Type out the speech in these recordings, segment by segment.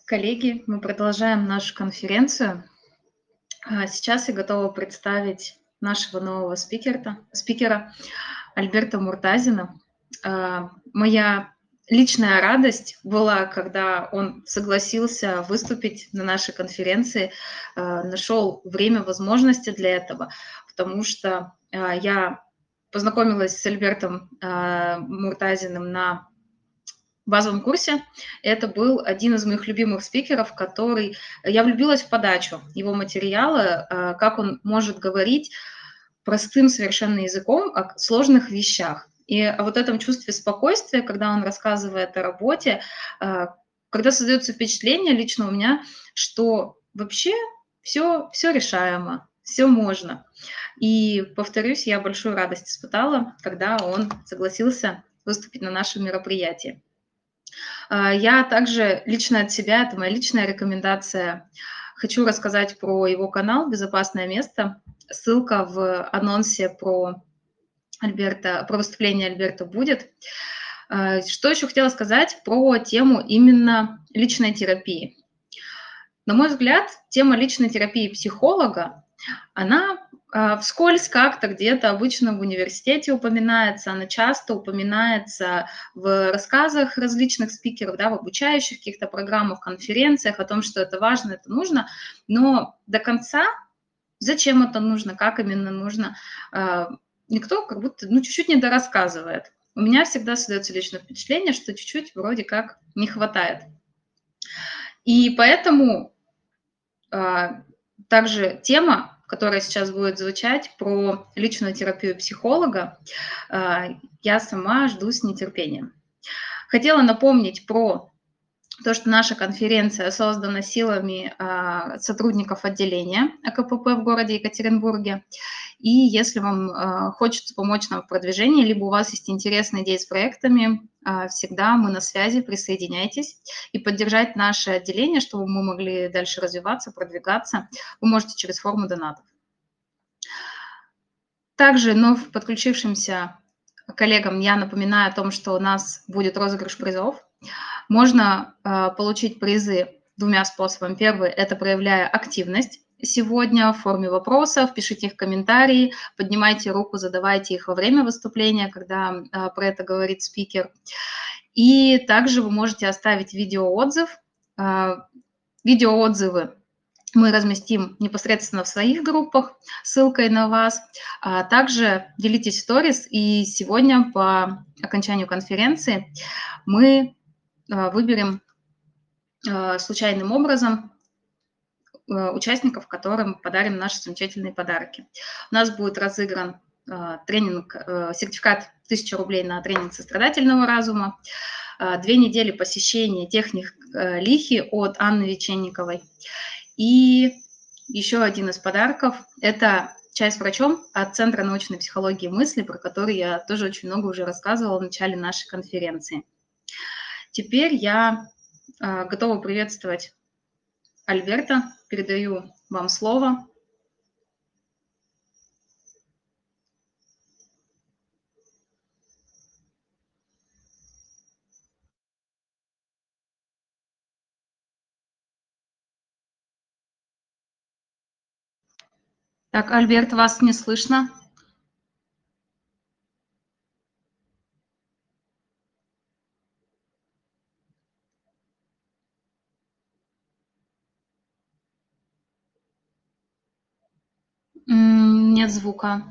Коллеги, мы продолжаем нашу конференцию. Сейчас я готова представить нашего нового спикера Альберта Муртазина. Моя личная радость была, когда он согласился выступить на нашей конференции, нашел время, возможности для этого, потому что я познакомилась с Альбертом Муртазиным на базовом курсе. Это был один из моих любимых спикеров, который... Я влюбилась в подачу его материала, как он может говорить простым совершенно языком о сложных вещах. И о вот этом чувстве спокойствия, когда он рассказывает о работе, когда создается впечатление лично у меня, что вообще все решаемо, все можно. И, повторюсь, я большую радость испытала, когда он согласился выступить на нашем мероприятии. Я также лично от себя, это моя личная рекомендация, хочу рассказать про его канал «Безопасное место». Ссылка в анонсе про выступление Альберта будет. Что еще хотела сказать про тему именно личной терапии. На мой взгляд, тема личной терапии психолога, она вскользь как-то где-то обычно в университете упоминается, она часто упоминается в рассказах различных спикеров, да, в обучающих каких-то программах, конференциях о том, что это важно, это нужно, но до конца зачем это нужно, как именно нужно, никто как будто чуть-чуть недорассказывает. У меня всегда создается личное впечатление, что чуть-чуть вроде как не хватает. И поэтому также тема, которая сейчас будет звучать, про личную терапию психолога, я сама жду с нетерпением. Хотела напомнить про то, что наша конференция создана силами сотрудников отделения АКПП в городе Екатеринбурге. И если вам хочется помочь нам в продвижении, либо у вас есть интересные идеи с проектами, всегда мы на связи, присоединяйтесь. И поддержать наше отделение, чтобы мы могли дальше развиваться, продвигаться, вы можете через форму донатов. Также вновь подключившимся коллегам я напоминаю о том, что у нас будет розыгрыш призов. Можно получить призы двумя способами. Первый – это проявляя активность сегодня в форме вопросов, пишите их в комментарии, поднимайте руку, задавайте их во время выступления, когда про это говорит спикер. И также вы можете оставить видеоотзыв. Видеоотзывы мы разместим непосредственно в своих группах ссылкой на вас. Также делитесь в сторис, и сегодня по окончанию конференции мы выберем случайным образом участников, которым подарим наши замечательные подарки. У нас будет разыгран тренинг, сертификат 1000 рублей на тренинг сострадательного разума, 2 недели посещения техник Лихи от Анны Веченниковой. И еще один из подарков – это чай с врачом от Центра научной психологии мысли, про который я тоже очень много уже рассказывала в начале нашей конференции. Теперь я готова приветствовать Альберта. Передаю вам слово. Так, Альберт, вас не слышно. Нет звука.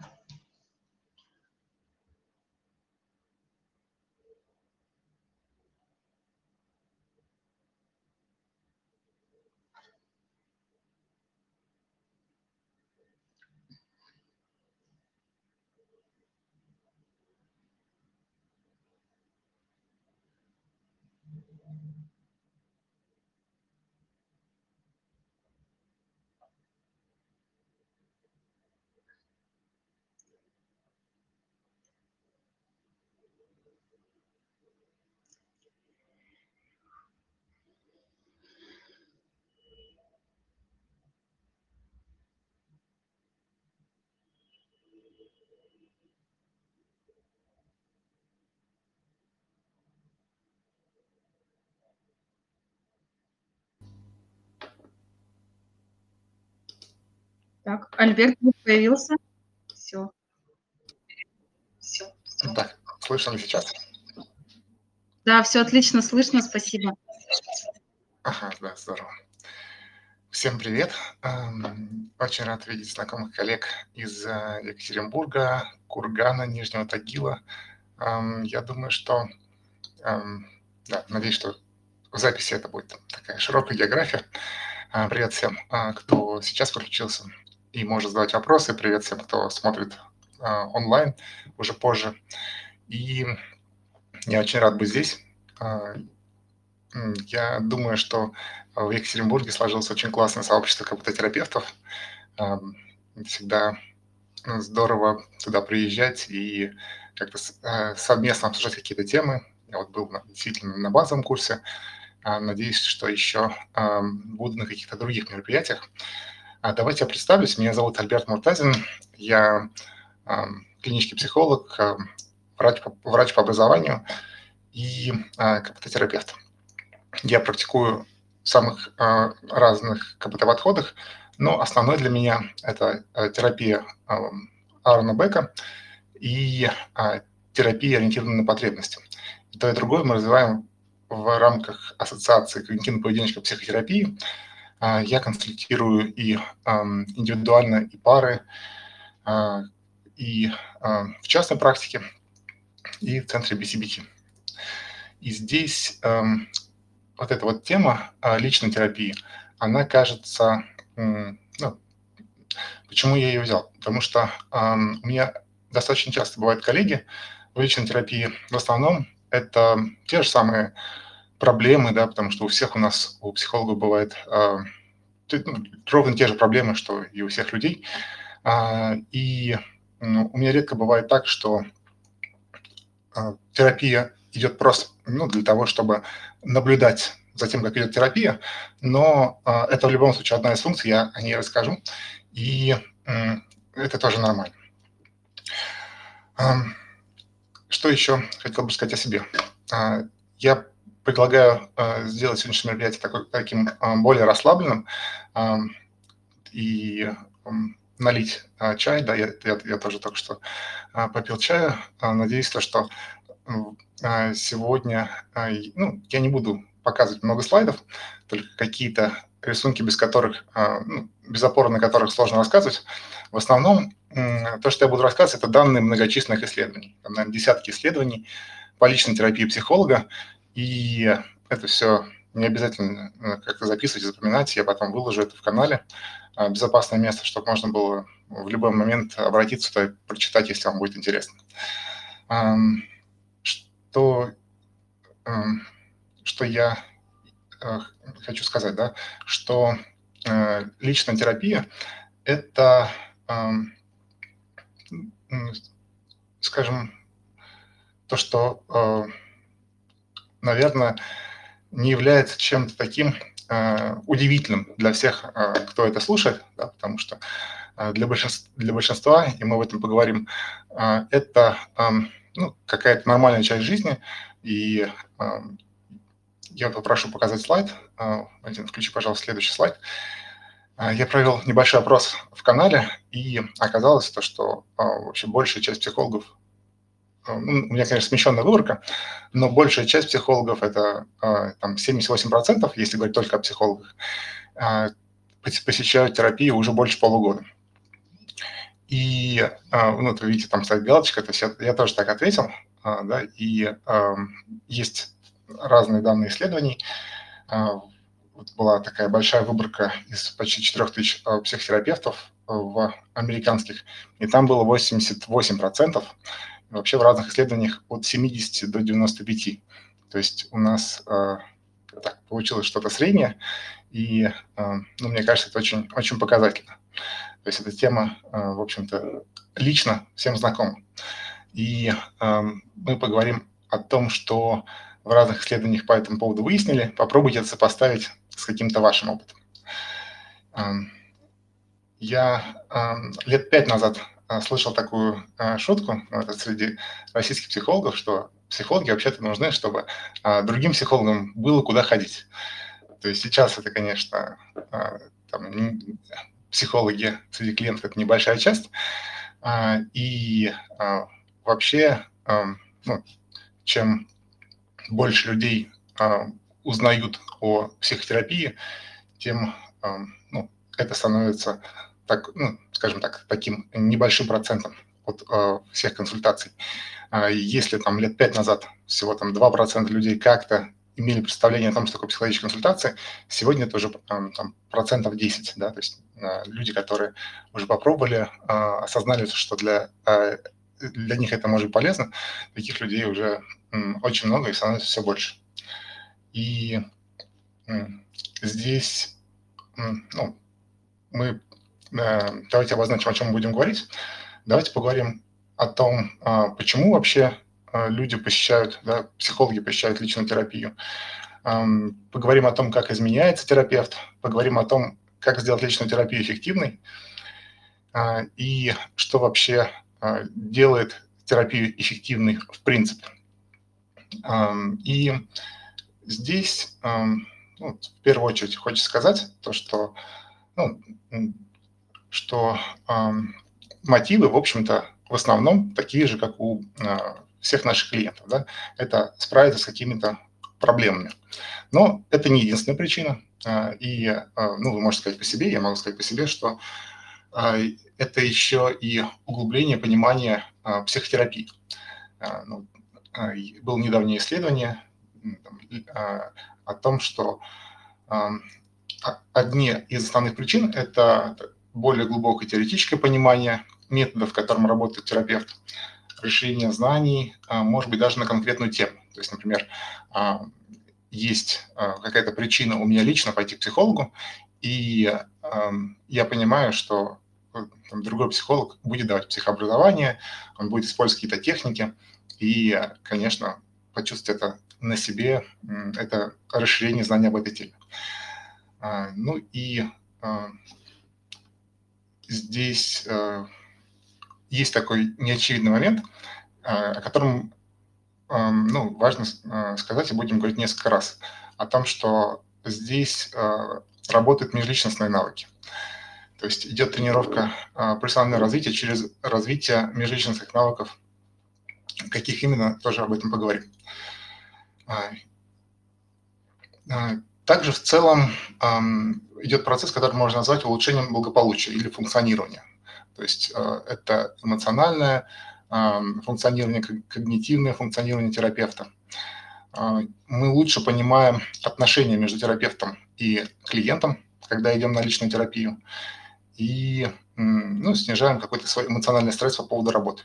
Так, Альберт появился. Все, все. Так, слышно ли сейчас? Да, все отлично слышно, спасибо. Ага, да, здорово. Всем привет. Очень рад видеть знакомых коллег из Екатеринбурга, Кургана, Нижнего Тагила. Я думаю, что, да, надеюсь, что в записи это будет такая широкая география. Привет всем, кто сейчас подключился и может задавать вопросы. Привет всем, кто смотрит онлайн уже позже. И я очень рад быть здесь. Я думаю, что в Екатеринбурге сложилось очень классное сообщество КПТ-терапевтов. Всегда здорово туда приезжать и как-то совместно обсуждать какие-то темы. Я вот был действительно на базовом курсе. Надеюсь, что еще буду на каких-то других мероприятиях. Давайте я представлюсь. Меня зовут Альберт Муртазин. Я клинический психолог, врач по образованию и КПТ-терапевт. Я практикую в самых разных КПТ-подходах, но основной для меня – это терапия Аарона Бека и терапия, ориентированная на потребности. И то, и другое мы развиваем в рамках Ассоциации когнитивно-поведенческой психотерапии. Я консультирую и индивидуально, и пары, и в частной практике, и в центре BCBT. И здесь вот эта вот тема личной терапии, она кажется... почему я ее взял? Потому что у меня достаточно часто бывают коллеги в личной терапии. В основном это те же самые проблемы, да, потому что у всех у нас, у психологов бывает ровно те же проблемы, что и у всех людей. И у меня редко бывает так, что терапия идет просто для того, чтобы наблюдать за тем, как идет терапия, но это в любом случае одна из функций, я о ней расскажу, и это тоже нормально. Что еще хотел бы сказать о себе? Я предлагаю сделать сегодняшнее мероприятие таким более расслабленным и налить чай. Да, я тоже только что попил чаю. Надеюсь, что сегодня я не буду показывать много слайдов, только какие-то рисунки, без опоры на которых сложно рассказывать. В основном то, что я буду рассказывать, это данные многочисленных исследований. Там, наверное, десятки исследований по личной терапии психолога. И это все не обязательно как-то записывать и запоминать. Я потом выложу это в канале. Безопасное место, чтобы можно было в любой момент обратиться туда и прочитать, если вам будет интересно. Что я хочу сказать, да, что личная терапия – это, скажем, то, что, наверное, не является чем-то таким удивительным для всех, кто это слушает, да, потому что для большинства, и мы об этом поговорим, это какая-то нормальная часть жизни, и я попрошу показать слайд. Вадим, включи, пожалуйста, следующий слайд. Я провел небольшой опрос в канале, и оказалось то, что вообще большая часть психологов, у меня, конечно, смещенная выборка, но большая часть психологов, это там 78%, если говорить только о психологах, посещают терапию уже больше полугода. И вы видите, там стоит галочка, то есть я тоже так ответил, да, и есть разные данные исследований. Была такая большая выборка из почти 4000 психотерапевтов в американских, и там было 88%. Вообще в разных исследованиях от 70 до 95. То есть у нас так получилось что-то среднее, и мне кажется, это очень, очень показательно. То есть эта тема, в общем-то, лично всем знакома. И мы поговорим о том, что в разных исследованиях по этому поводу выяснили. Попробуйте это сопоставить с каким-то вашим опытом. Я лет 5 назад слышал такую шутку среди российских психологов, что психологи вообще-то нужны, чтобы другим психологам было куда ходить. То есть сейчас это, конечно, психологи среди клиентов – это небольшая часть. И вообще, ну, чем больше людей узнают о психотерапии, тем ну, это становится, ну, скажем так, таким небольшим процентом от всех консультаций. Если там лет 5 назад всего там 2% людей как-то имели представление о том, что такое психологическая консультация, сегодня это уже там, процентов 10, да, то есть люди, которые уже попробовали, осознали, что для них это может быть полезно, таких людей уже очень много и становится все больше. И здесь ну, мы давайте обозначим, о чем мы будем говорить. Давайте поговорим о том, почему вообще люди посещают, да, психологи посещают личную терапию. Поговорим о том, как изменяется терапевт, поговорим о том, как сделать личную терапию эффективной и что вообще делает терапию эффективной в принципе. И здесь ну, в первую очередь хочется сказать то, что, ну, что мотивы, в общем-то, в основном такие же, как у всех наших клиентов. Да? Это справиться с какими-то проблемами. Но это не единственная причина. И ну, вы можете сказать по себе, я могу сказать по себе, что это еще и углубление понимания психотерапии. Ну, было недавнее исследование о том, что одни из основных причин – это более глубокое теоретическое понимание методов, которым работает терапевт, расширение знаний, может быть, даже на конкретную тему. То есть, например, есть какая-то причина у меня лично пойти к психологу, и я понимаю, что там, другой психолог будет давать психообразование, он будет использовать какие-то техники, и, конечно, почувствовать это на себе – это расширение знаний об этой теме. Ну и здесь есть такой неочевидный момент, о котором ну, важно сказать, и будем говорить несколько раз, о том, что здесь работают межличностные навыки. То есть идет тренировка профессионального развития через развитие межличностных навыков. Каких именно, тоже об этом поговорим. Также в целом идет процесс, который можно назвать улучшением благополучия или функционирования. То есть это эмоциональное функционирование, когнитивное функционирование терапевта. Мы лучше понимаем отношения между терапевтом и клиентом, когда идем на личную терапию, и ну, снижаем какой-то свой эмоциональный стресс по поводу работы.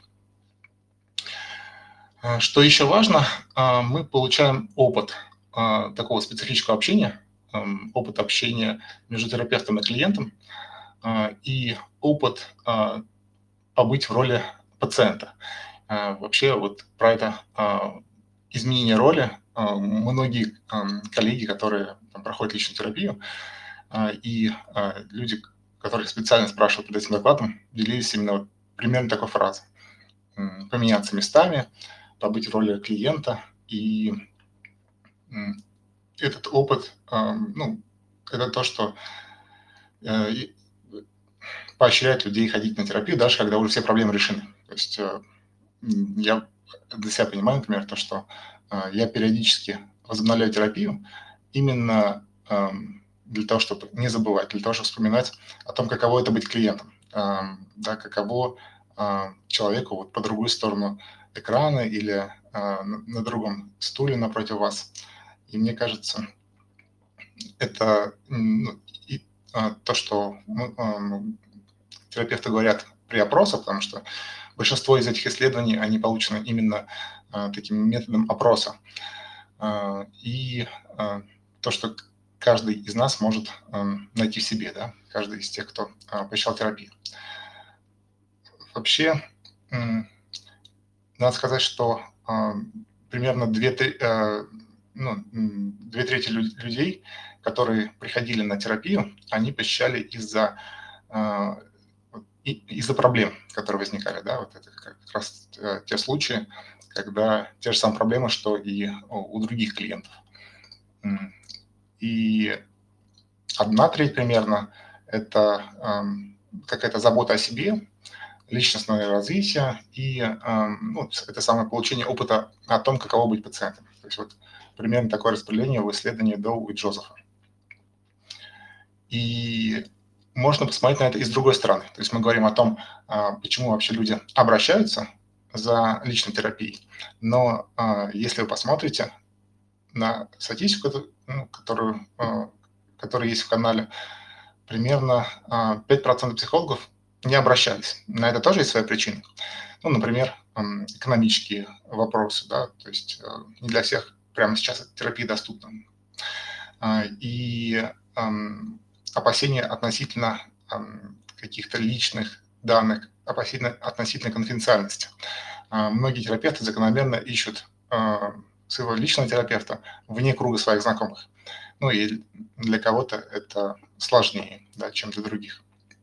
Что еще важно, мы получаем опыт такого специфического общения, опыт общения между терапевтом и клиентом, и опыт побыть в роли пациента. Вообще вот про это изменение роли многие коллеги, которые там, проходят личную терапию, и люди, которые специально спрашивают перед этим докладом, делились именно вот примерно такой фразой. Поменяться местами, побыть в роли клиента, и этот опыт, ну, это то, что поощряет людей ходить на терапию, даже когда уже все проблемы решены. То есть я для себя понимаю, например, то, что я периодически возобновляю терапию именно для того, чтобы не забывать, для того, чтобы вспоминать о том, каково это быть клиентом, да, каково человеку вот по другую сторону экрана или на другом стуле напротив вас. И мне кажется, это ну, то, что терапевты говорят при опросах, потому что большинство из этих исследований, они получены именно таким методом опроса. И то, что каждый из нас может найти в себе, да, каждый из тех, кто посещал терапию. Вообще, надо сказать, что примерно две трети людей, которые приходили на терапию, они посещали из-за проблем, которые возникали. Да? Вот это как раз те случаи, когда те же самые проблемы, что и у других клиентов. И 1/3 примерно это какая-то забота о себе, личностное развитие и ну, это самое получение опыта о том, каково быть пациентом. То есть вот примерно такое распределение в исследовании Доу и Джозефа. И можно посмотреть на это и с другой стороны. То есть мы говорим о том, почему вообще люди обращаются за личной терапией. Но если вы посмотрите на статистику, которая есть в канале, примерно 5% психологов не обращались. На это тоже есть свои причины. Ну, например, экономические вопросы, да, то есть не для всех прямо сейчас терапия доступна. И опасения относительно каких-то личных данных, опасения относительно конфиденциальности. Многие терапевты закономерно ищут своего личного терапевта вне круга своих знакомых. Ну и для кого-то это сложнее, да, чем для других.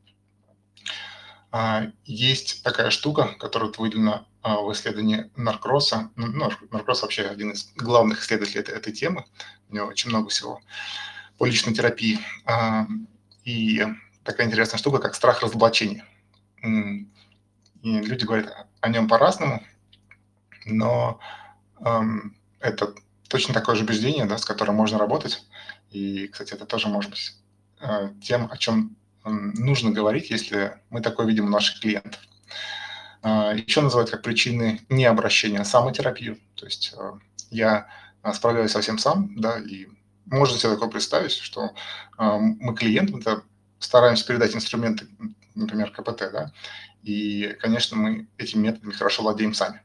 Есть такая штука, которая выделена в исследовании Норкросса. Норкросс вообще один из главных исследователей этой темы. У него очень много всего по личной терапии. И такая интересная штука, как страх разоблачения. И люди говорят о нем по-разному, но это точно такое же убеждение, да, с которым можно работать. И, кстати, это тоже может быть тем, о чем нужно говорить, если мы такое видим у наших клиентов. Еще называют как причины необращения на самотерапию. То есть я справляюсь совсем сам, да, и можно себе такое представить, что мы клиентам стараемся передать инструменты, например, КПТ, да, и, конечно, мы этими методами хорошо владеем сами.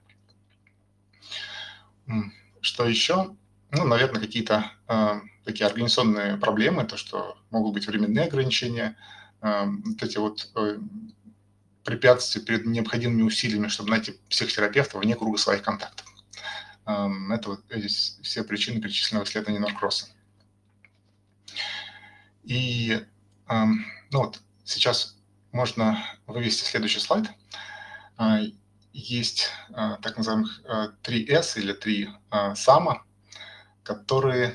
Что еще? Ну, наверное, какие-то такие организационные проблемы, то, что могут быть временные ограничения, вот эти вот препятствия перед необходимыми усилиями, чтобы найти психотерапевта вне круга своих контактов. Это вот эти все причины перечислены в исследовании Норкросса. И ну вот сейчас можно вывести следующий слайд. Есть так называемых 3С или 3 САМа, которые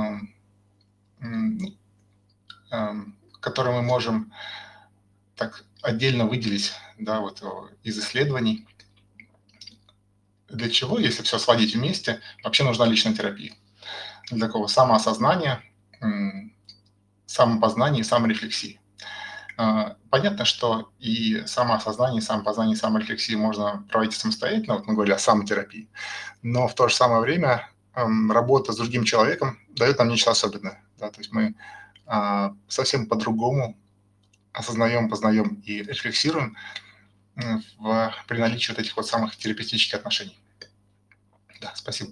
мы можем так отдельно выделить, да, вот из исследований. Для чего, если все сводить вместе, вообще нужна личная терапия? Для такого самоосознания, самопознания и саморефлексии. Понятно, что и самоосознание, и самопознание, и саморефлексию можно проводить самостоятельно, вот мы говорили о самотерапии, но в то же самое время работа с другим человеком дает нам нечто особенное. Да? То есть мы совсем по-другому осознаем, познаем и рефлексируем при наличии вот этих вот самых терапевтических отношений. Да, спасибо.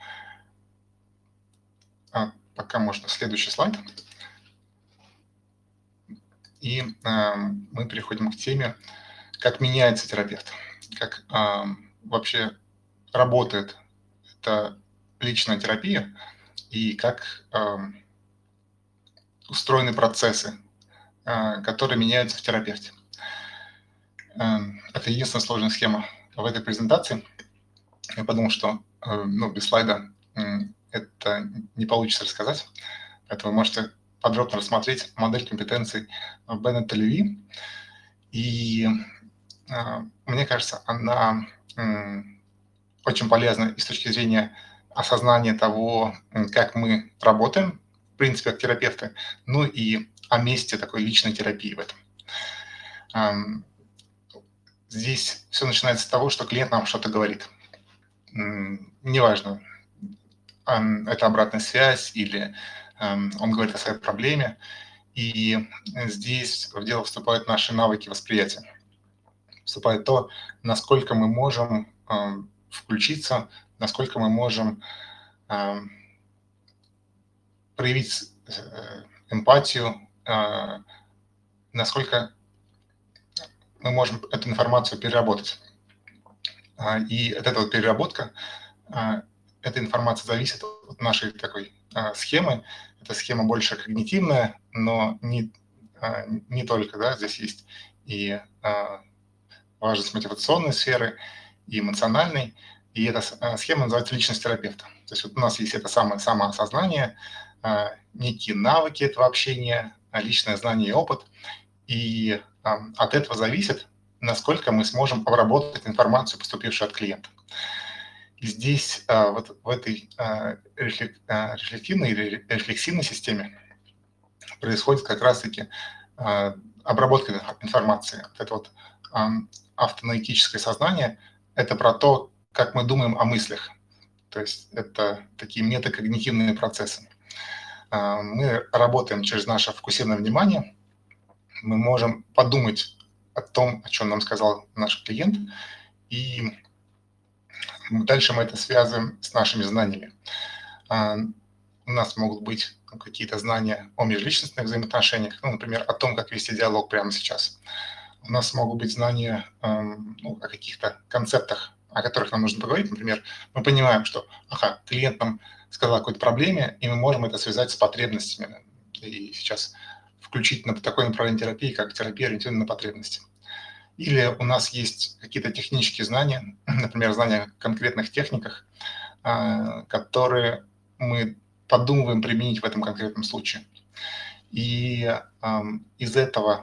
Пока можно следующий слайд. И мы переходим к теме, как меняется терапевт, как вообще работает эта личная терапия и как устроены процессы, которые меняются в терапевте. Это единственная сложная схема в этой презентации. Я подумал, что без слайда это не получится рассказать, поэтому вы можете подробно рассмотреть модель компетенций Беннета Леви. И мне кажется, она очень полезна и с точки зрения осознания того, как мы работаем, в принципе, как терапевты, ну и о месте такой личной терапии в этом. Здесь все начинается с того, что клиент нам что-то говорит. Неважно, это обратная связь или он говорит о своей проблеме. И здесь в дело вступают наши навыки восприятия. Вступает то, насколько мы можем включиться, насколько мы можем проявить эмпатию, насколько мы можем эту информацию переработать. И от этого переработка, эта информация зависит от нашей такой схемы. Эта схема больше когнитивная, но не только, да, здесь есть и важность мотивационной сферы, и эмоциональной. И эта схема называется личность терапевта. То есть вот у нас есть это самое самоосознание, некие навыки этого общения, личное знание и опыт. И от этого зависит, насколько мы сможем обработать информацию, поступившую от клиента. И здесь вот в этой рефлективной или рефлексивной системе происходит как раз-таки обработка информации. Вот это вот автоаналитическое сознание – это про то, как мы думаем о мыслях. То есть это такие метакогнитивные процессы. Мы работаем через наше фокусированное внимание, мы можем подумать о том, о чем нам сказал наш клиент, и дальше мы это связываем с нашими знаниями. У нас могут быть какие-то знания о межличностных взаимоотношениях, ну, например, о том, как вести диалог прямо сейчас. У нас могут быть знания о каких-то концептах, о которых нам нужно поговорить. Например, мы понимаем, что клиент нам сказал о какой-то проблеме, и мы можем это связать с потребностями. И сейчас включить на такое направление терапии, как терапия ориентирована на потребности. Или у нас есть какие-то технические знания, например, знания о конкретных техниках, которые мы подумываем применить в этом конкретном случае. И из этого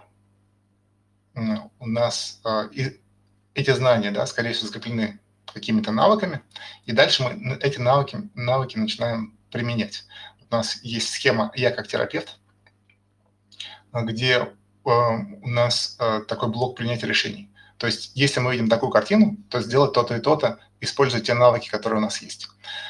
у нас эти знания, да, скорее всего, закреплены какими-то навыками, и дальше мы эти навыки начинаем применять. У нас есть схема «Я как терапевт», где у нас такой блок принятия решений. То есть если мы видим такую картину, то сделать то-то и то-то, используя те навыки, которые у нас есть.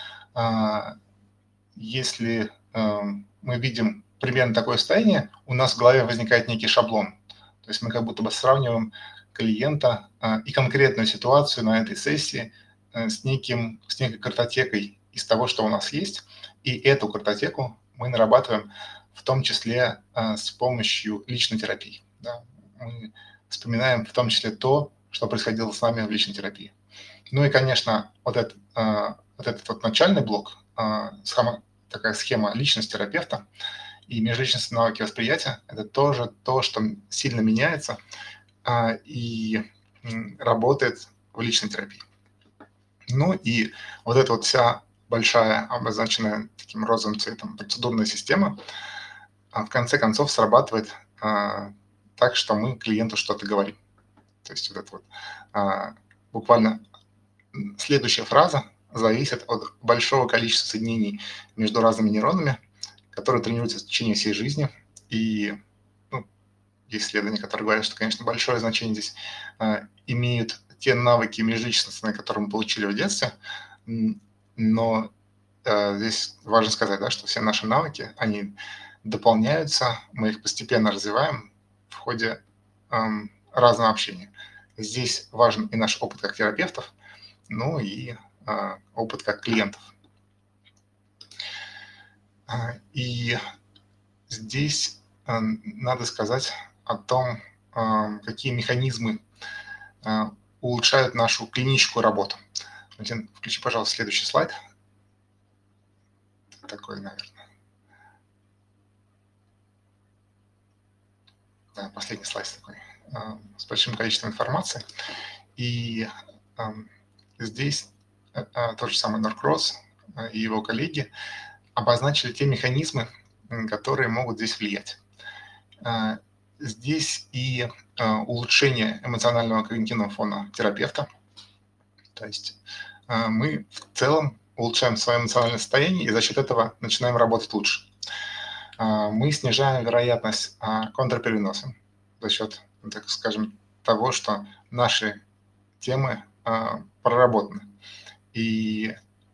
Если мы видим примерно такое состояние, у нас в голове возникает некий шаблон. То есть мы как будто бы сравниваем клиента и конкретную ситуацию на этой сессии с некой картотекой из того, что у нас есть. И эту картотеку мы нарабатываем в том числе с помощью личной терапии. Да. Мы вспоминаем в том числе то, что происходило с нами в личной терапии. Ну и, конечно, вот этот вот начальный блок, такая схема личность терапевта и межличностные навыки восприятия – это тоже то, что сильно меняется и работает в личной терапии. Ну и вот эта вот вся большая, обозначенная таким розовым цветом процедурная система в конце концов срабатывает так, что мы клиенту что-то говорим. То есть вот это вот буквально следующая фраза зависит от большого количества соединений между разными нейронами, которые тренируются в течение всей жизни. И есть исследования, которые говорят, что, конечно, большое значение здесь имеют те навыки межличностные, которые мы получили в детстве, но здесь важно сказать, да, что все наши навыки, они дополняются, мы их постепенно развиваем в ходе разного общения. Здесь важен и наш опыт как терапевтов, ну и опыт как клиентов. И здесь надо сказать о том, какие механизмы улучшают нашу клиническую работу. Валентин, включи, пожалуйста, следующий слайд. Такой, наверное. Да, последний слайд такой, с большим количеством информации. И здесь тот же самый Норкросс и его коллеги обозначили те механизмы, которые могут здесь влиять. Здесь и улучшение эмоционального когнитивного фона терапевта. То есть мы в целом улучшаем свое эмоциональное состояние и за счет этого начинаем работать лучше. Мы снижаем вероятность контрпереноса за счет, так скажем, того, что наши темы проработаны. И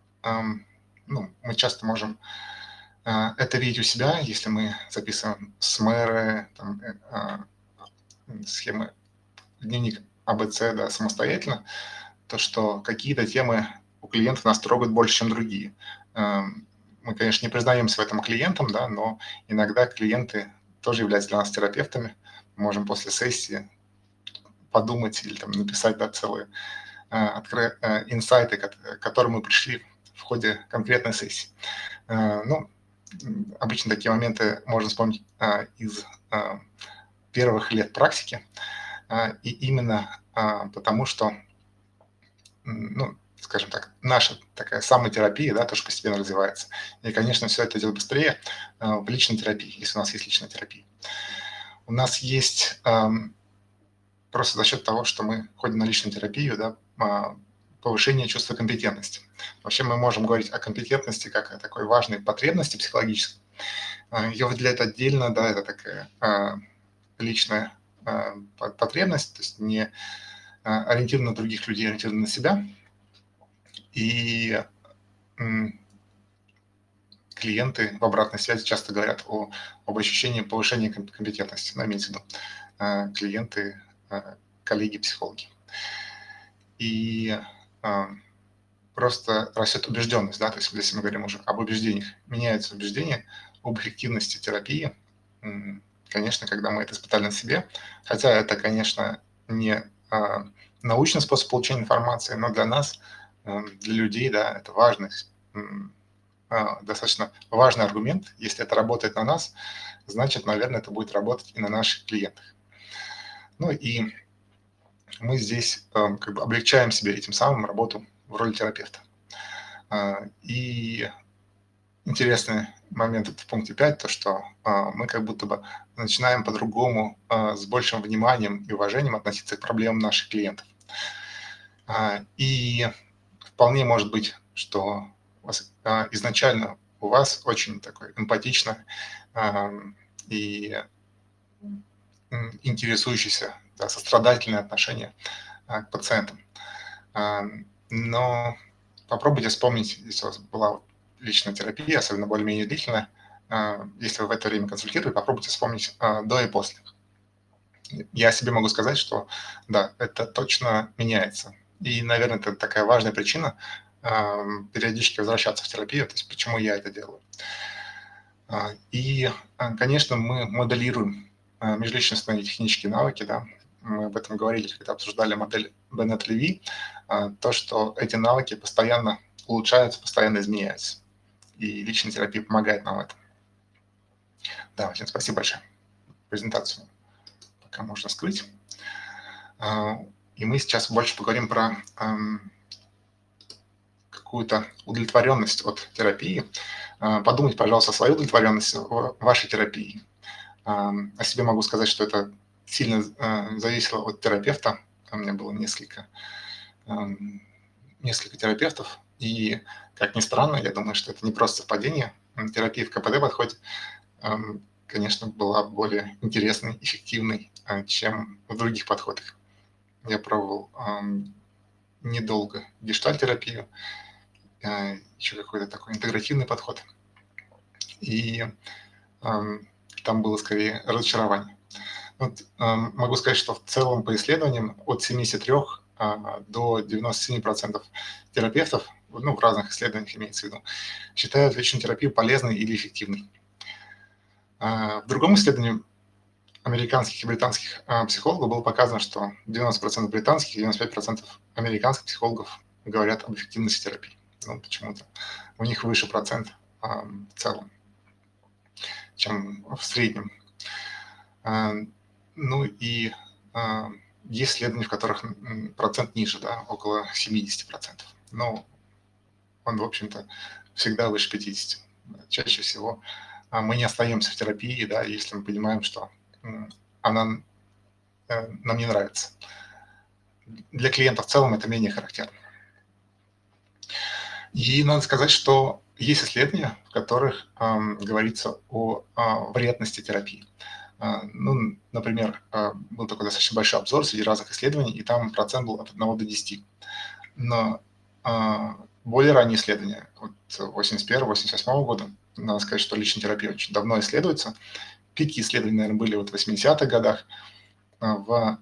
мы часто можем это видеть у себя, если мы записываем СМЭРы, схемы, дневник АБЦ, да, самостоятельно, то, что какие-то темы у клиентов нас трогают больше, чем другие. Мы, конечно, не признаемся в этом клиентам, да, но иногда клиенты тоже являются для нас терапевтами. Мы можем после сессии подумать или написать, да, целые инсайты, к которым мы пришли в ходе конкретной сессии. Обычно такие моменты можно вспомнить из первых лет практики, и именно потому что, скажем так, наша такая самотерапия, да, тоже постепенно развивается. И, конечно, все это идет быстрее в личной терапии, если у нас есть личная терапия. У у нас есть просто за счет того, что мы ходим на личную терапию, да, повышение чувства компетентности. Вообще мы можем говорить о компетентности как о такой важной потребности психологической. Ее выделяют отдельно, да, это такая личная потребность, то есть не ориентирована на других людей, ориентирована на себя. И клиенты в обратной связи часто говорят об ощущении повышения компетентности, но имеется в виду клиенты, коллеги, психологи. И просто растет убежденность, да, то есть если мы говорим уже об убеждениях, меняются убеждения об эффективности терапии, конечно, когда мы это испытали на себе, хотя это, конечно, не научный способ получения информации, но для нас, для людей, да, это важный, достаточно важный аргумент. Если это работает на нас, значит, наверное, это будет работать и на наших клиентах. Ну и мы здесь как бы облегчаем себе этим самым работу в роли терапевта. И интересный момент в пункте 5, то, что мы как будто бы начинаем по-другому, с большим вниманием и уважением относиться к проблемам наших клиентов. И вполне может быть, что изначально у вас очень такое эмпатичное и интересующееся, да, сострадательное отношение к пациентам. Но попробуйте вспомнить, если у вас была личная терапия, особенно более-менее длительная, если вы в это время консультировали, попробуйте вспомнить до и после. Я себе могу сказать, что да, это точно меняется. И, наверное, это такая важная причина периодически возвращаться в терапию, то есть почему я это делаю. И, конечно, мы моделируем межличностные и технические навыки, да, мы об этом говорили, когда обсуждали модель Беннет-Леви, то, что эти навыки постоянно улучшаются, постоянно изменяются. И личная терапия помогает нам в этом. Да, Василий, спасибо большое. Презентацию пока можно скрыть. И мы сейчас больше поговорим про какую-то удовлетворенность от терапии. Подумайте, пожалуйста, о своей удовлетворенности вашей терапии. О себе могу сказать, что это сильно зависело от терапевта. У меня было несколько терапевтов, и, как ни странно, я думаю, что это не просто совпадение. Терапия в КПД подходе, конечно, была более интересной, эффективной, чем в других подходах. Я пробовал недолго гештальт-терапию, еще какой-то такой интегративный подход, и там было скорее разочарование. Вот, могу сказать, что в целом по исследованиям от 73 до 97% терапевтов, ну, в разных исследованиях имеется в виду, считают личную терапию полезной или эффективной. В другом исследовании американских и британских психологов было показано, что 90% британских и 95% американских психологов говорят об эффективности терапии. Ну, почему-то у них выше процент в целом, чем в среднем. Ну и есть исследования, в которых процент ниже, да, около 70%. Но он, в общем-то, всегда выше 50%. Чаще всего мы не остаемся в терапии, да, если мы понимаем, что она нам не нравится. Для клиента в целом это менее характерно. И надо сказать, что есть исследования, в которых говорится о вредности терапии. Ну, например, был такой достаточно большой обзор среди разных исследований, и там процент был от 1 до 10. Но более ранние исследования, от 81-88 года, надо сказать, что личная терапия очень давно исследуется. Пики исследований, наверное, были вот в 80-х годах, в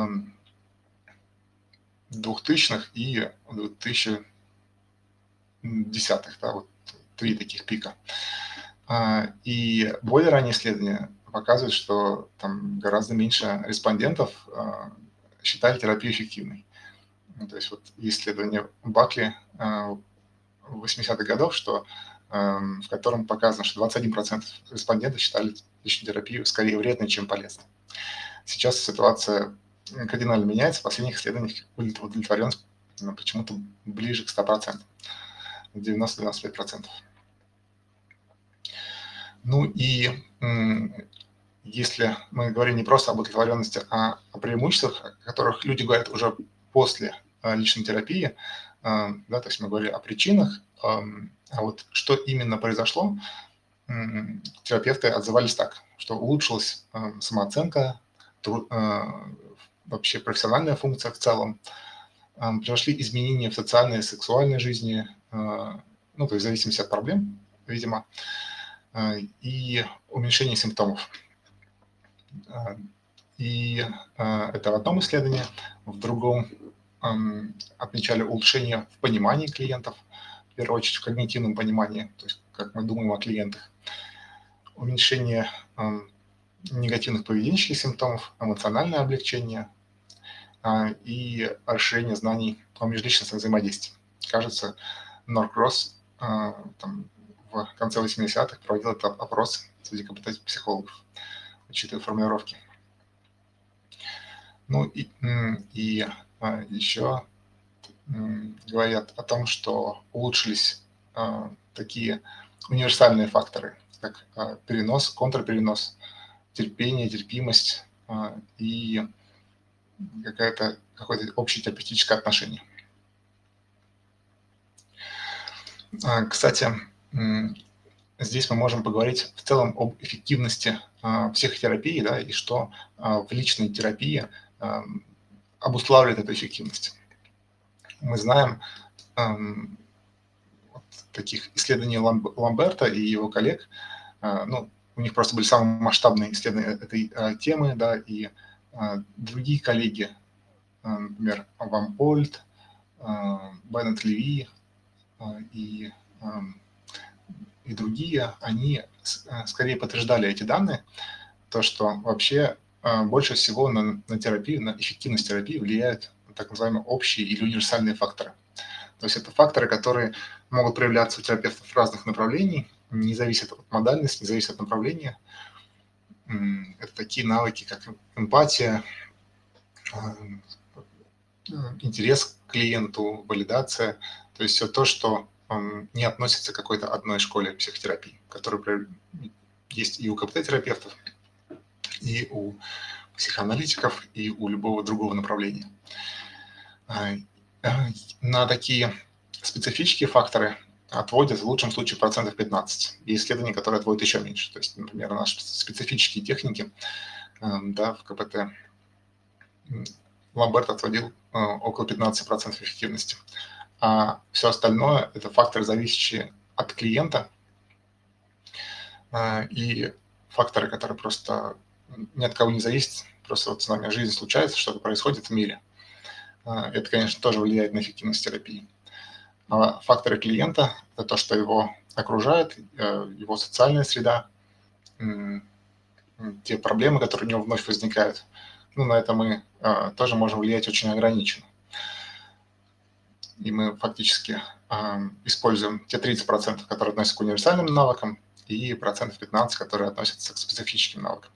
2000-х и 2010-х, да, вот 3 таких пика. И более ранние исследования показывают, что там гораздо меньше респондентов считали терапию эффективной. То есть вот исследование Бакли в 80-х годах, в котором показано, что 21% респондентов считали личную терапию скорее вредной, чем полезной. Сейчас ситуация кардинально меняется. В последних исследованиях удовлетворенность почему-то ближе к 100%, 90-95%. Ну и если мы говорим не просто об удовлетворенности, а о преимуществах, о которых люди говорят уже после личной терапии, да, то есть мы говорили о причинах, а вот что именно произошло, терапевты отзывались так, что улучшилась самооценка, вообще профессиональная функция в целом, произошли изменения в социальной и сексуальной жизни, ну, то есть в зависимости от проблем, видимо, и уменьшение симптомов. И это в одном исследовании, в другом отмечали улучшение в понимании клиентов, в первую очередь в когнитивном понимании, то есть как мы думаем о клиентах, уменьшение негативных поведенческих симптомов, эмоциональное облегчение и расширение знаний о межличностном взаимодействии. Кажется, Норкросс там, в конце 80-х проводил этот опрос среди компетентных психологов, учитывая формулировки. Ну и еще говорят о том, что улучшились такие универсальные факторы, как перенос, контрперенос, терпение, терпимость и какое-то общее терапевтическое отношение. Кстати, здесь мы можем поговорить в целом об эффективности психотерапии, да, и что в личной терапии обуславливает эту эффективность. Мы знаем таких исследований Ламберта и его коллег, ну, у них просто были самые масштабные исследования этой темы, да, и другие коллеги, например, Ван Польт, Беннет Леви и другие, они скорее подтверждали эти данные, то, что вообще больше всего на терапию, на эффективность терапии влияют так называемые общие или универсальные факторы. То есть это факторы, которые могут проявляться у терапевтов разных направлений, не зависят от модальности, не зависят от направления. Это такие навыки, как эмпатия, интерес к клиенту, валидация. То есть все то, что не относится к какой-то одной школе психотерапии, которая есть и у КПТ-терапевтов, и у психоаналитиков, и у любого другого направления. На такие специфические факторы отводят в лучшем случае 15%. И исследования, которые отводят еще меньше. То есть, например, наши специфические техники, да, в КПТ Ламберт отводил около 15% эффективности. А все остальное – это факторы, зависящие от клиента, и факторы, которые просто ни от кого не зависят, просто вот с нами жизнь случается, что-то происходит в мире. Это, конечно, тоже влияет на эффективность терапии. А факторы клиента – это то, что его окружает, его социальная среда, те проблемы, которые у него вновь возникают. Ну, на это мы тоже можем влиять очень ограниченно. И мы фактически используем те 30%, которые относятся к универсальным навыкам, и 15%, которые относятся к специфическим навыкам.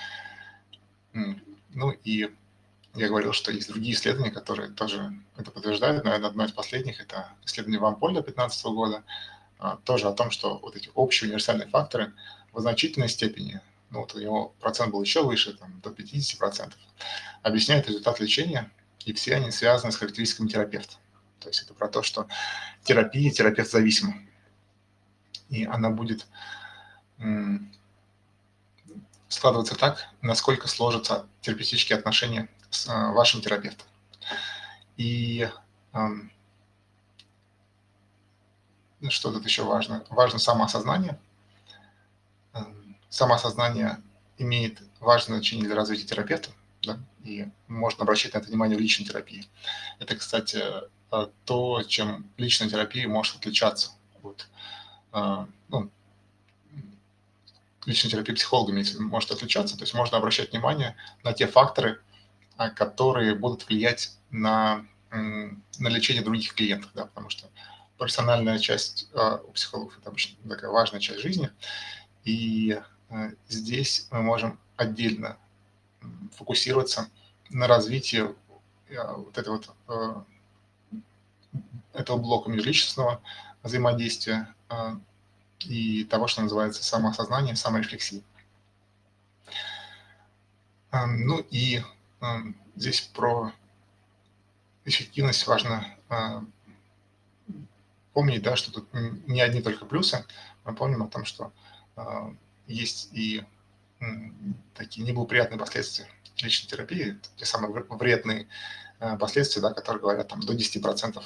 Ну и я говорил, что есть другие исследования, которые тоже это подтверждают. Наверное, одно из последних – это исследование Ван Польда 2015 года, тоже о том, что вот эти общие универсальные факторы в значительной степени, ну вот у него процент был еще выше, там, до 50%, объясняют результат лечения, и все они связаны с характеристиками терапевта. То есть это про то, что терапевт зависима, и она будет складываться так, насколько сложатся терапевтические отношения с вашим терапевтом. И что тут еще важно? Важно самоосознание. Самоосознание имеет важное значение для развития терапевта, да, и можно обращать на это внимание в личной терапии. Это, кстати, то, чем личная терапия может отличаться от личной терапии психолога может отличаться. То есть можно обращать внимание на те факторы, которые будут влиять на лечение других клиентов, да, потому что профессиональная часть у психологов – это обычно такая важная часть жизни, и здесь мы можем отдельно фокусироваться на развитии вот этого блока межличностного взаимодействия и того, что называется самоосознание, саморефлексия. Ну и здесь про эффективность важно помнить, да, что тут не одни только плюсы. Мы помним о том, что есть и такие неблагоприятные последствия личной терапии, те самые вредные последствия, да, которые говорят там, до 10%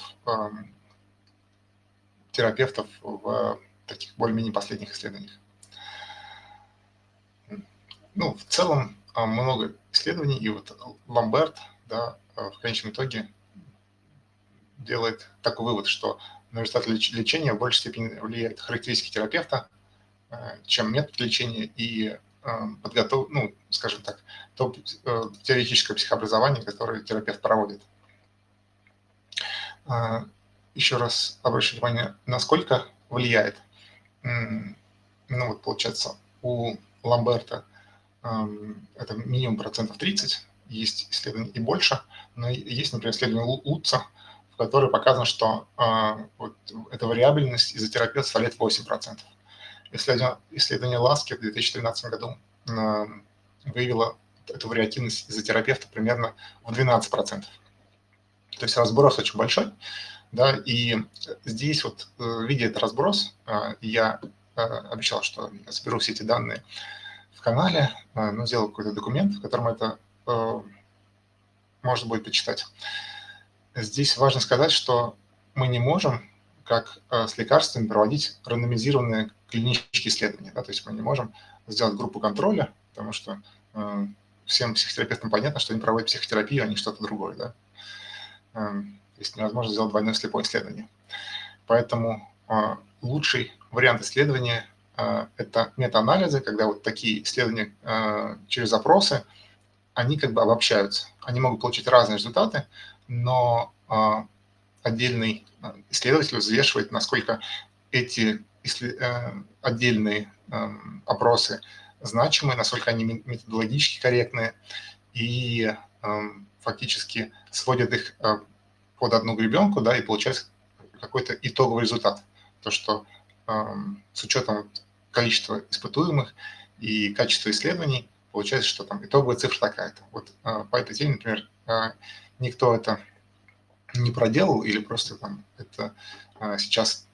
терапевтов в таких более-менее последних исследованиях. Ну, в целом много исследований, и вот Ламберт, да, в конечном итоге делает такой вывод, что на результат лечения в большей степени влияет характеристики терапевта, чем метод лечения и ну, скажем так, то теоретическое психообразование, которое терапевт проводит. Еще раз обращу внимание, насколько влияет. Ну вот получается, у Ламберта это минимум процентов 30, есть исследования и больше, но есть, например, исследование Лутца, в которой показано, что вот эта вариабельность из-за терапевта составляет 8%. Исследование Ласки в 2013 году выявило эту вариативность из-за терапевта примерно в 12%. То есть разброс очень большой, да, и здесь вот, видя этот разброс, я обещал, что я соберу все эти данные в канале, ну, сделал какой-то документ, в котором это можно будет почитать. Здесь важно сказать, что мы не можем, как с лекарствами, проводить рандомизированные клинические исследования. Да? То есть мы не можем сделать группу контроля, потому что всем психотерапевтам понятно, что они проводят психотерапию, а не что-то другое. Да? То есть невозможно сделать двойное слепое исследование. Поэтому лучший вариант исследования это метаанализы, когда вот такие исследования через опросы, они как бы обобщаются. Они могут получить разные результаты, но отдельный исследователь взвешивает, насколько эти отдельные опросы значимы, насколько они методологически корректны, и фактически сводят их под одну гребенку, да, и получается какой-то итоговый результат. То, что с учетом количества испытуемых и качества исследований получается, что там итоговая цифра такая-то. Вот по этой теме, например, никто это не проделал или просто там это сейчас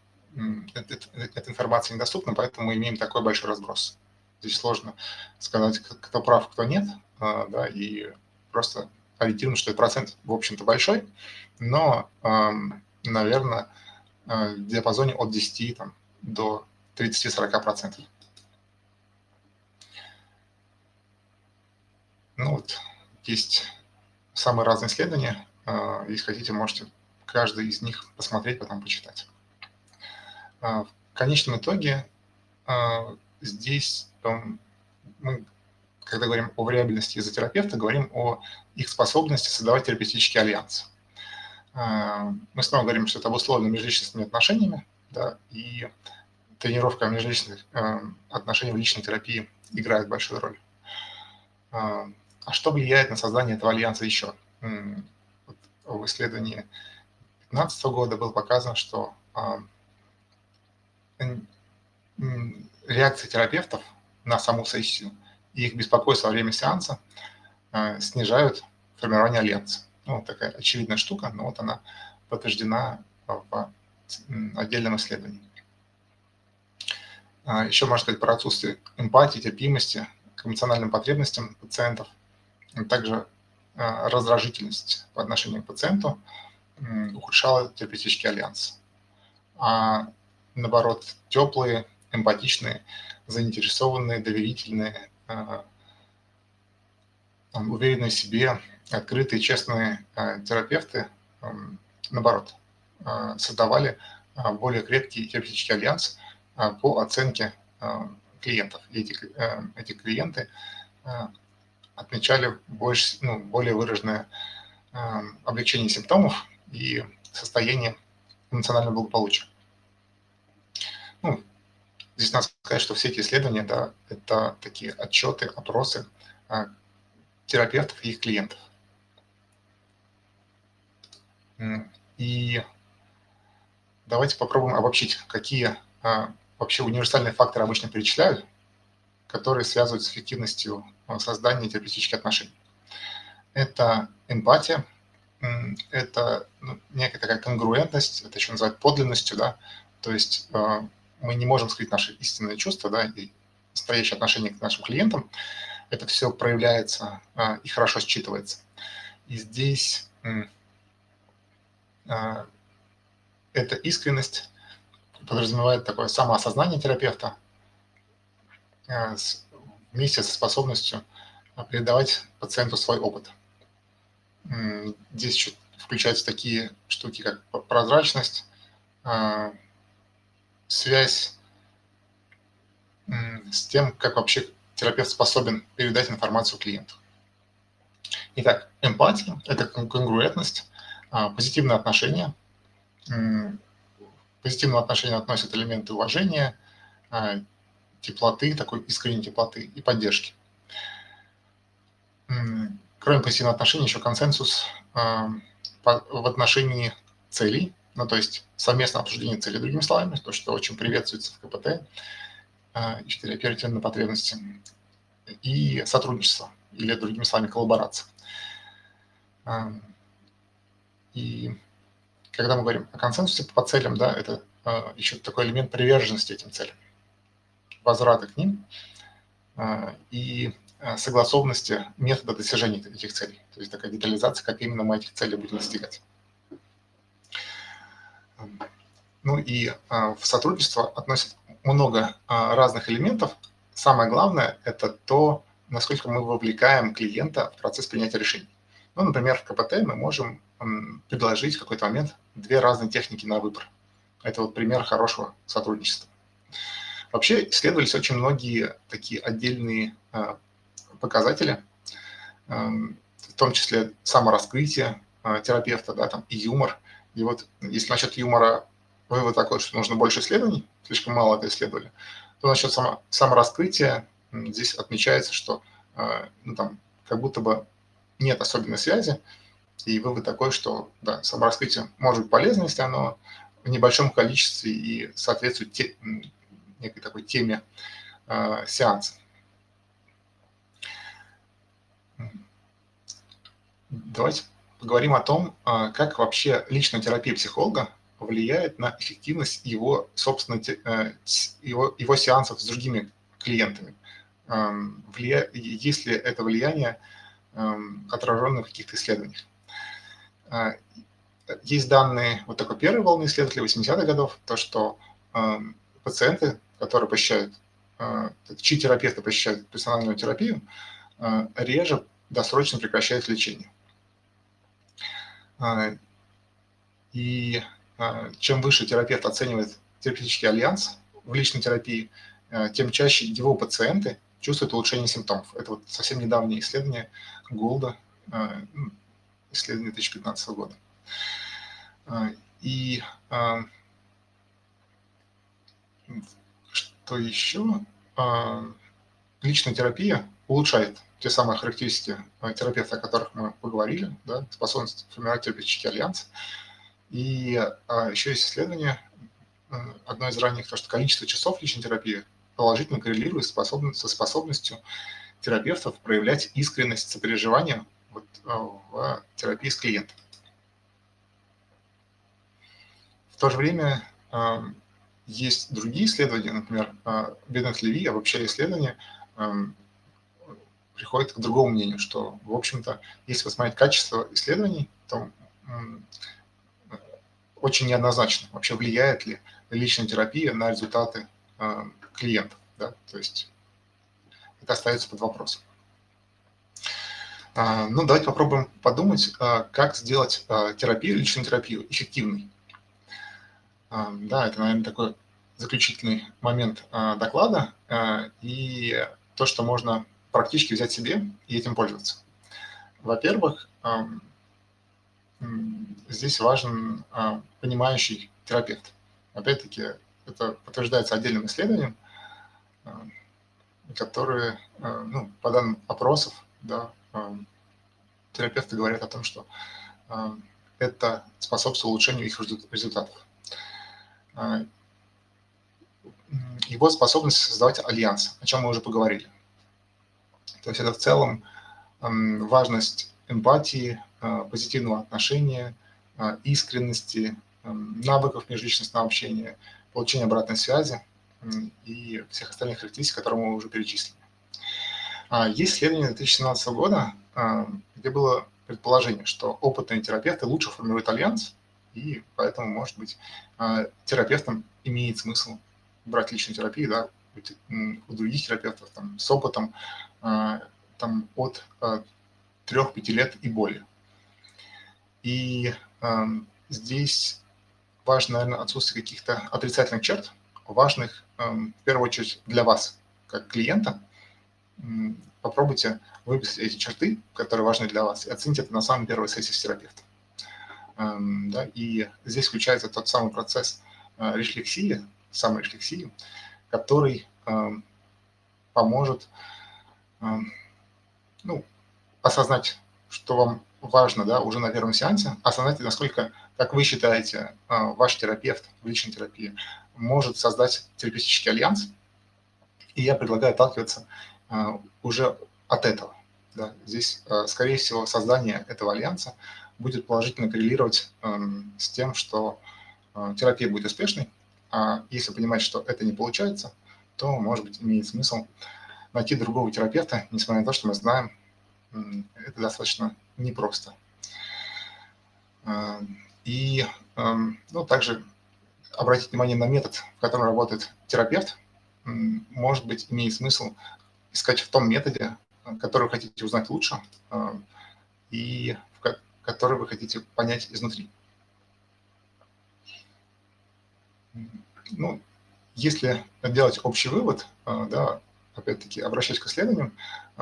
эта информация недоступна, поэтому мы имеем такой большой разброс. Здесь сложно сказать, кто прав, кто нет, да, и просто ориентировано, что процент, в общем-то, большой, но, наверное, в диапазоне от 10 там, до 30-40%. Ну вот, есть самые разные исследования. Если хотите, можете каждый из них посмотреть, потом почитать. В конечном итоге здесь мы, когда говорим о вариабельности изотерапевта, говорим о их способности создавать терапевтический альянс. Мы снова говорим, что это обусловлено межличностными отношениями, да, и тренировка межличностных отношений в личной терапии играет большую роль. А что влияет на создание этого альянса еще? В исследовании 2015 года было показано, что реакции терапевтов на саму сессию и их беспокойство во время сеанса снижают формирование альянса. Ну, вот такая очевидная штука, но вот она подтверждена в отдельном исследовании. Еще можно сказать про отсутствие эмпатии, терпимости к эмоциональным потребностям пациентов, а также раздражительность по отношению к пациенту ухудшала терапевтический альянс. А наоборот, теплые, эмпатичные, заинтересованные, доверительные, уверенные в себе, открытые, честные терапевты, наоборот, создавали более крепкий терапевтический альянс по оценке клиентов. И эти клиенты отмечали более выраженное облегчение симптомов и состояние эмоционального благополучия. Ну, здесь надо сказать, что все эти исследования, да, это такие отчеты, опросы терапевтов и их клиентов. И давайте попробуем обобщить, какие вообще универсальные факторы обычно перечисляют, которые связывают с эффективностью создания терапевтических отношений. Это эмпатия, это некая такая конгруентность, это еще называют подлинностью, да, то есть мы не можем скрыть наши истинные чувства, да, и настоящее отношение к нашим клиентам, это все проявляется и хорошо считывается. И здесь эта искренность подразумевает такое самоосознание терапевта вместе со способностью передавать пациенту свой опыт. Здесь еще включаются такие штуки, как прозрачность, связь с тем, как вообще терапевт способен передать информацию клиенту. Итак, эмпатия – это конгруентность, позитивное отношение. К позитивному отношению относят элементы уважения, теплоты, такой искренней теплоты и поддержки. Кроме позитивного отношения, еще консенсус в отношении целей, ну, то есть совместное обсуждение целей, другими словами, то, что очень приветствуется в КПТ и в терапии на потребности, и сотрудничество, или, другими словами, коллаборация. И когда мы говорим о консенсусе по целям, да, это еще такой элемент приверженности этим целям, возврата к ним и согласованности метода достижения этих целей. То есть такая детализация, как именно мы этих целей будем достигать. Ну и в сотрудничество относят много разных элементов. Самое главное – это то, насколько мы вовлекаем клиента в процесс принятия решений. Ну, например, в КПТ мы можем предложить в какой-то момент две разные техники на выбор. Это вот пример хорошего сотрудничества. Вообще исследовались очень многие такие отдельные показатели, в том числе самораскрытие терапевта, да, там, и юмор. И вот если насчет юмора вывод такой, что нужно больше исследований, слишком мало это исследовали, то насчет самораскрытия здесь отмечается, что ну, там, как будто бы нет особенной связи, и вывод такой, что да, самораскрытие может быть полезно, если оно в небольшом количестве и соответствует некой такой теме сеанса. Давайте поговорим о том, как вообще личная терапия психолога влияет на эффективность его, собственно, его сеансов с другими клиентами. Есть ли это влияние отражено в каких-то исследованиях? Есть данные вот такой первой волны исследователей 80-х годов, то, что пациенты, которые посещают, чьи терапевты посещают персональную терапию, реже досрочно прекращают лечение. И чем выше терапевт оценивает терапевтический альянс в личной терапии, тем чаще его пациенты чувствуют улучшение симптомов. Это вот совсем недавнее исследование Голда, исследование 2015 года. И что еще? Личная терапия улучшает те самые характеристики терапевта, о которых мы поговорили, да, способность формировать терапевтический альянс. И еще есть исследование, одно из ранних, то, что количество часов личной терапии положительно коррелирует со способностью терапевтов проявлять искренность сопереживания вот, в терапии с клиентом. В то же время есть другие исследования, например, Беннет-Леви обобщая исследования, приходит к другому мнению, что, в общем-то, если посмотреть качество исследований, то очень неоднозначно, вообще влияет ли личная терапия на результаты клиентов. Да? То есть это остается под вопросом. Ну, давайте попробуем подумать, как сделать терапию, личную терапию эффективной. Да, это, наверное, такой заключительный момент доклада и то, что можно практически взять себе и этим пользоваться. Во-первых, здесь важен понимающий терапевт. Опять-таки, это подтверждается отдельным исследованием, которые, ну, по данным опросов, да, терапевты говорят о том, что это способствует улучшению их результатов. его способность создавать альянс, о чем мы уже поговорили. То есть это в целом важность эмпатии, позитивного отношения, искренности, навыков межличностного общения, получения обратной связи и всех остальных характеристик, которые мы уже перечислили. Есть исследование 2017 года, где было предположение, что опытные терапевты лучше формируют альянс, и поэтому, может быть, терапевтам имеет смысл брать личную терапию, да, у других терапевтов там, с опытом там, от 3-5 лет и более. И здесь важно, наверное, отсутствие каких-то отрицательных черт, важных, в первую очередь, для вас, как клиента. Попробуйте выписать эти черты, которые важны для вас, и оцените это на самой первой сессии с терапевтом. Да, и здесь включается тот самый процесс рефлексии, саморефлексии, который поможет осознать, что вам важно, да, уже на первом сеансе, осознать, насколько, как вы считаете, ваш терапевт в личной терапии может создать терапевтический альянс. И я предлагаю отталкиваться уже от этого. Да. Здесь, скорее всего, создание этого альянса будет положительно коррелировать с тем, что терапия будет успешной. А если понимать, что это не получается, то, может быть, имеет смысл найти другого терапевта, несмотря на то, что мы знаем, это достаточно непросто. И также обратить внимание на метод, в котором работает терапевт. Может быть, имеет смысл искать в том методе, который вы хотите узнать лучше и который вы хотите понять изнутри. Если делать общий вывод, да, опять-таки, обращаясь к исследованиям,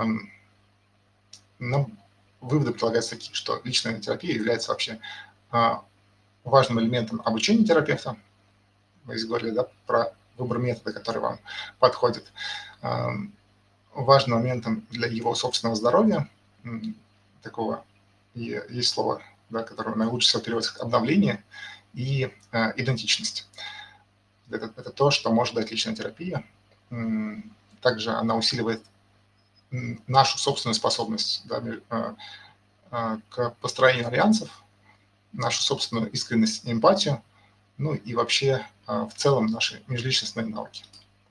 нам выводы предлагаются такие, что личная терапия является вообще важным элементом обучения терапевта. Мы здесь говорили, да, про выбор метода, который вам подходит. Важным моментом для его собственного здоровья, такого, и есть слово, да, которое наилучше всего переводится как обновление, и идентичность. Это то, что может дать личная терапия. Также она усиливает нашу собственную способность, да, к построению альянсов, нашу собственную искренность и эмпатию, и вообще в целом наши межличностные навыки.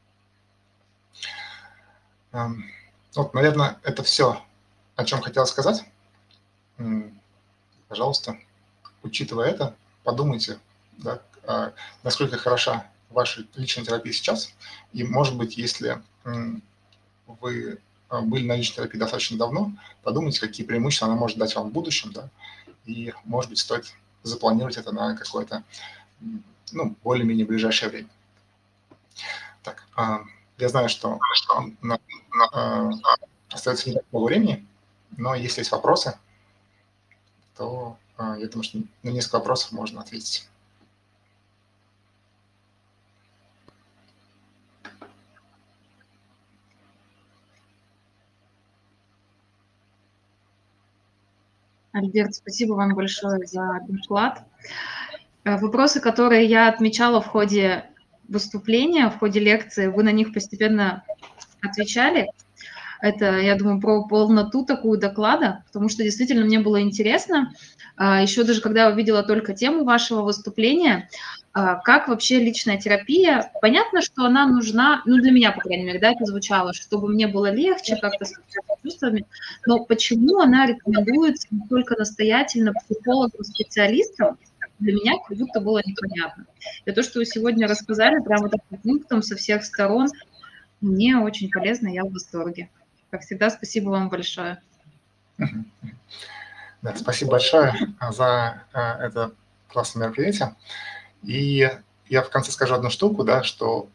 Наверное, это все, о чем хотел сказать. Пожалуйста, учитывая это, подумайте, да, насколько хороша ваша личная терапия сейчас. И, может быть, если вы были на личной терапии достаточно давно, подумайте, какие преимущества она может дать вам в будущем, да, и, может быть, стоит запланировать это на какое-то, более-менее ближайшее время. Так, я знаю, что остается не так много времени, но если есть вопросы, то я думаю, что на несколько вопросов можно ответить. Альберт, спасибо вам большое за доклад. Вопросы, которые я отмечала в ходе выступления, в ходе лекции, вы на них постепенно отвечали. Это, я думаю, про полноту такую доклада, потому что действительно мне было интересно. Еще даже когда я увидела только тему вашего выступления, как вообще личная терапия. Понятно, что она нужна, для меня, по крайней мере, да, это звучало, чтобы мне было легче как-то с чувствами, но почему она рекомендуется не только настоятельно психологам, специалистам, для меня как будто было непонятно. И то, что вы сегодня рассказали, прямо так по пунктам со всех сторон, мне очень полезно, я в восторге. Как всегда, спасибо вам большое. Да, спасибо большое за это классное мероприятие. И я в конце скажу одну штуку, да, что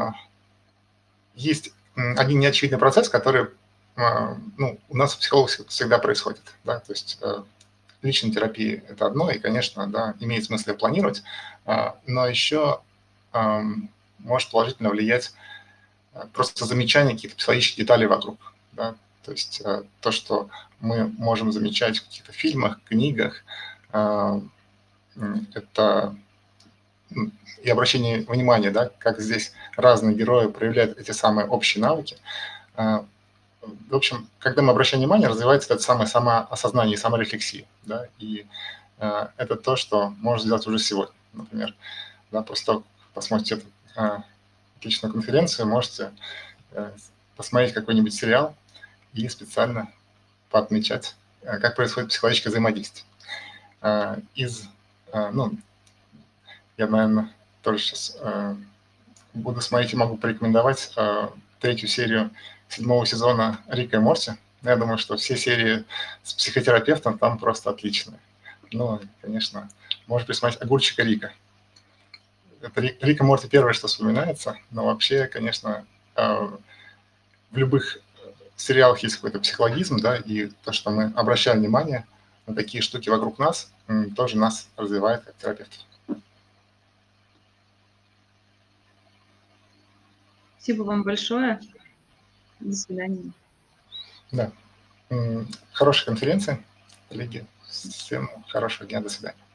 есть один неочевидный процесс, который у нас у психологов всегда происходит. Да, то есть личная терапия – это одно, и, конечно, да, имеет смысл ее планировать, но еще может положительно влиять просто замечание каких-то психологических деталей вокруг. Да? То есть то, что мы можем замечать в каких-то фильмах, книгах, это и обращение внимания, да, как здесь разные герои проявляют эти самые общие навыки. В общем, когда мы обращаем внимание, развивается это самое самоосознание, саморефлексия, да, и это то, что можно сделать уже сегодня. Например, да, после того, как посмотрите эту отличную конференцию, можете посмотреть какой-нибудь сериал и специально поотмечать, как происходит психологическое взаимодействие. Ну, я, наверное, тоже сейчас буду смотреть и могу порекомендовать 3-ю серию 7-го сезона «Рика и Морти». Я думаю, что все серии с психотерапевтом там просто отличные. Ну, конечно, можно присмотреть «Огурчика Рика». Это Рик и Морти первое, что вспоминается, но вообще, конечно, в любых сериалах есть какой-то психологизм, да, и то, что мы обращаем внимание на такие штуки вокруг нас, тоже нас развивает как терапевтов. Спасибо вам большое. До свидания. Да. Хорошей конференции, коллеги. Всем хорошего дня. До свидания.